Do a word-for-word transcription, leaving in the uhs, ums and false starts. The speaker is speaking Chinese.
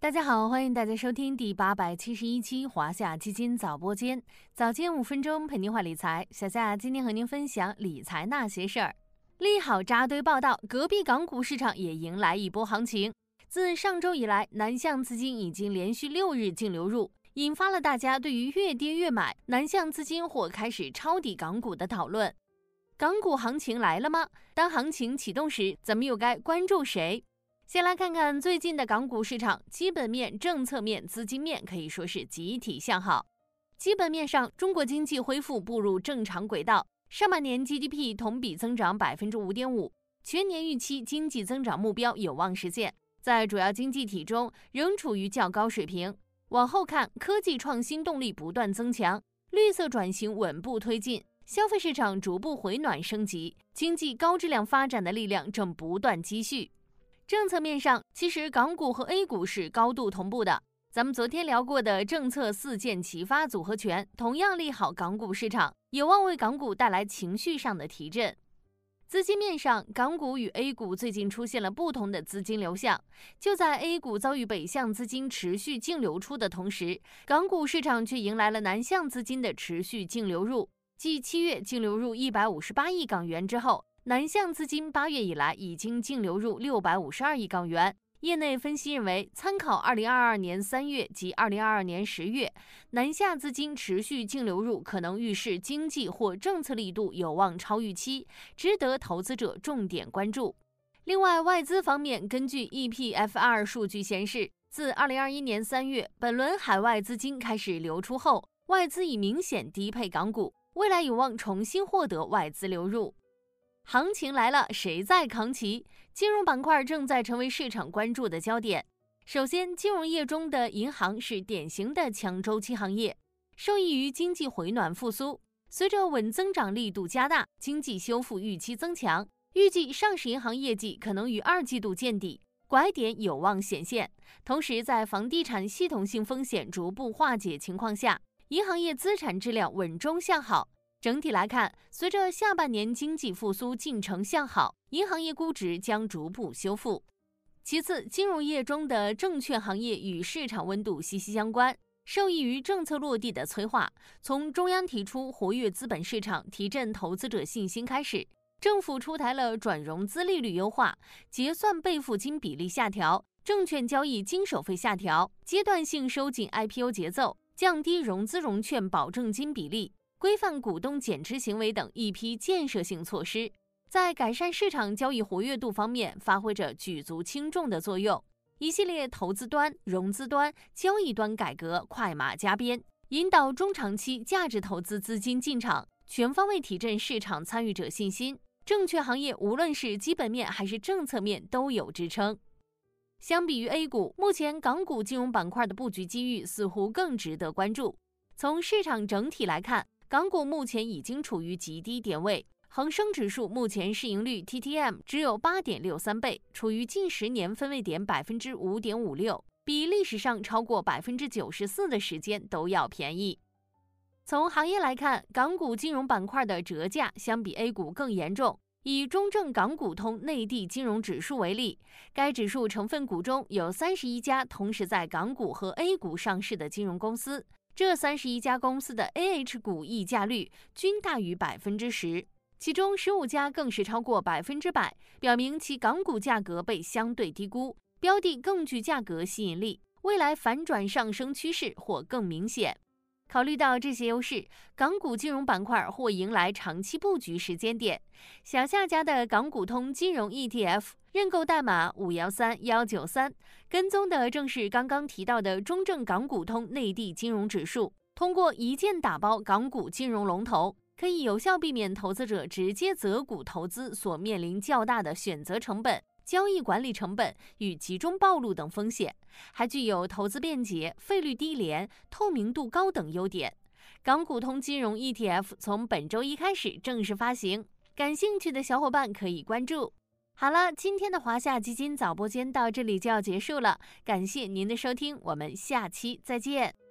大家好，欢迎大家收听第八百七十一期华夏基金早播间，早间五分钟陪您话理财。小夏今天和您分享理财那些事儿。利好扎堆报道，隔壁港股市场也迎来一波行情。自上周以来，南向资金已经连续六日净流入，引发了大家对于越跌越买，南向资金或开始抄底港股的讨论。港股行情来了吗？当行情启动时，咱们又该关注谁？先来看看最近的港股市场，基本面、政策面、资金面可以说是集体向好。基本面上，中国经济恢复步入正常轨道，上半年 G D P 同比增长 百分之五点五， 全年预期经济增长目标有望实现，在主要经济体中仍处于较高水平。往后看，科技创新动力不断增强，绿色转型稳步推进，消费市场逐步回暖升级，经济高质量发展的力量正不断积蓄。政策面上，其实港股和 A 股是高度同步的。咱们昨天聊过的政策四箭齐发组合拳，同样利好港股市场，有望为港股带来情绪上的提振。资金面上，港股与 A 股最近出现了不同的资金流向。就在 A 股遭遇北向资金持续净流出的同时，港股市场却迎来了南向资金的持续净流入。继七月净流入一百五十八亿港元之后，南向资金八月以来已经净流入六百五十二亿港元。业内分析认为，参考二零二二年三月及二零二二年十月，南下资金持续净流入，可能预示经济或政策力度有望超预期，值得投资者重点关注。另外，外资方面，根据 E P F R 数据显示，自二零二一年三月本轮海外资金开始流出后，外资已明显低配港股，未来有望重新获得外资流入。行情来了，谁在扛旗？金融板块正在成为市场关注的焦点。首先，金融业中的银行是典型的强周期行业，受益于经济回暖复苏。随着稳增长力度加大，经济修复预期增强，预计上市银行业绩可能于二季度见底，拐点有望显现。同时，在房地产系统性风险逐步化解情况下，银行业资产质量稳中向好。整体来看，随着下半年经济复苏进程向好，银行业估值将逐步修复。其次，金融业中的证券行业与市场温度息息相关，受益于政策落地的催化，从中央提出活跃资本市场、提振投资者信心开始，政府出台了转融资利率优化、结算备付金比例下调、证券交易经手费下调、阶段性收紧 I P O 节奏、降低融资融券保证金比例、规范股东减持行为等一批建设性措施，在改善市场交易活跃度方面发挥着举足轻重的作用。一系列投资端、融资端、交易端改革快马加鞭，引导中长期价值投资资金进场，全方位提振市场参与者信心。证券行业无论是基本面还是政策面都有支撑。相比于 A 股，目前港股金融板块的布局机遇似乎更值得关注。从市场整体来看，港股目前已经处于极低点位，恒生指数目前市盈率 T T M 只有 八点六三 倍，处于近十年分位点 百分之五点五六， 比历史上超过 百分之九十四 的时间都要便宜。从行业来看，港股金融板块的折价相比 A 股更严重。以中证港股通内地金融指数为例，该指数成分股中有三十一家同时在港股和 A 股上市的金融公司，这三十一家公司的 A H 股溢价率均大于 百分之十， 其中十五家更是超过 百分之百， 表明其港股价格被相对低估，标的更具价格吸引力，未来反转上升趋势或更明显。考虑到这些优势，港股金融板块或迎来长期布局时间点。小夏家的港股通金融 E T F 认购代码五一三一九三，跟踪的正是刚刚提到的中证港股通内地金融指数。通过一键打包港股金融龙头，可以有效避免投资者直接择股投资所面临较大的选择成本、交易管理成本与集中暴露等风险，还具有投资便捷、费率低廉、透明度高等优点。港股通金融 E T F 从本周一开始正式发行，感兴趣的小伙伴可以关注。好了，今天的华夏基金早播间到这里就要结束了，感谢您的收听，我们下期再见。